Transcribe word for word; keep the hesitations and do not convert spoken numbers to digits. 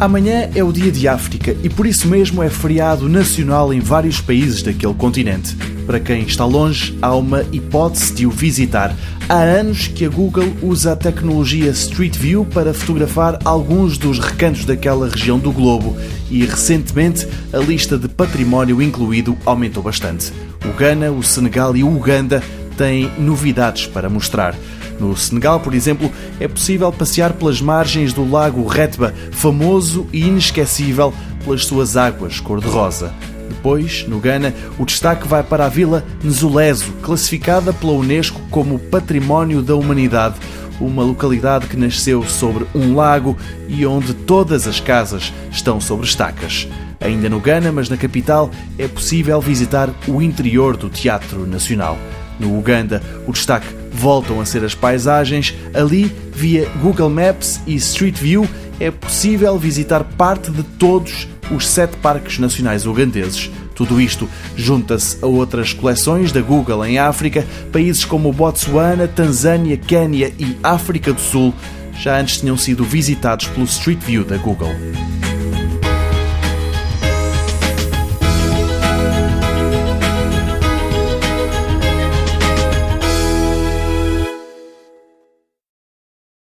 Amanhã é o Dia de África e por isso mesmo é feriado nacional em vários países daquele continente. Para quem está longe, há uma hipótese de o visitar. Há anos que a Google usa a tecnologia Street View para fotografar alguns dos recantos daquela região do globo e, recentemente, a lista de património incluído aumentou bastante. O Ghana, o Senegal e o Uganda têm novidades para mostrar. No Senegal, por exemplo, é possível passear pelas margens do lago Retba, famoso e inesquecível pelas suas águas cor-de-rosa. Depois, no Ghana, o destaque vai para a Vila Nzulezo, classificada pela Unesco como Património da Humanidade, uma localidade que nasceu sobre um lago e onde todas as casas estão sobre estacas. Ainda no Ghana, mas na capital, é possível visitar o interior do Teatro Nacional. No Uganda, o destaque voltam a ser as paisagens. Ali, via Google Maps e Street View, é possível visitar parte de todos os sete parques nacionais ugandeses. Tudo isto junta-se a outras coleções da Google em África. Países como Botsuana, Tanzânia, Quénia e África do Sul já antes tinham sido visitados pelo Street View da Google.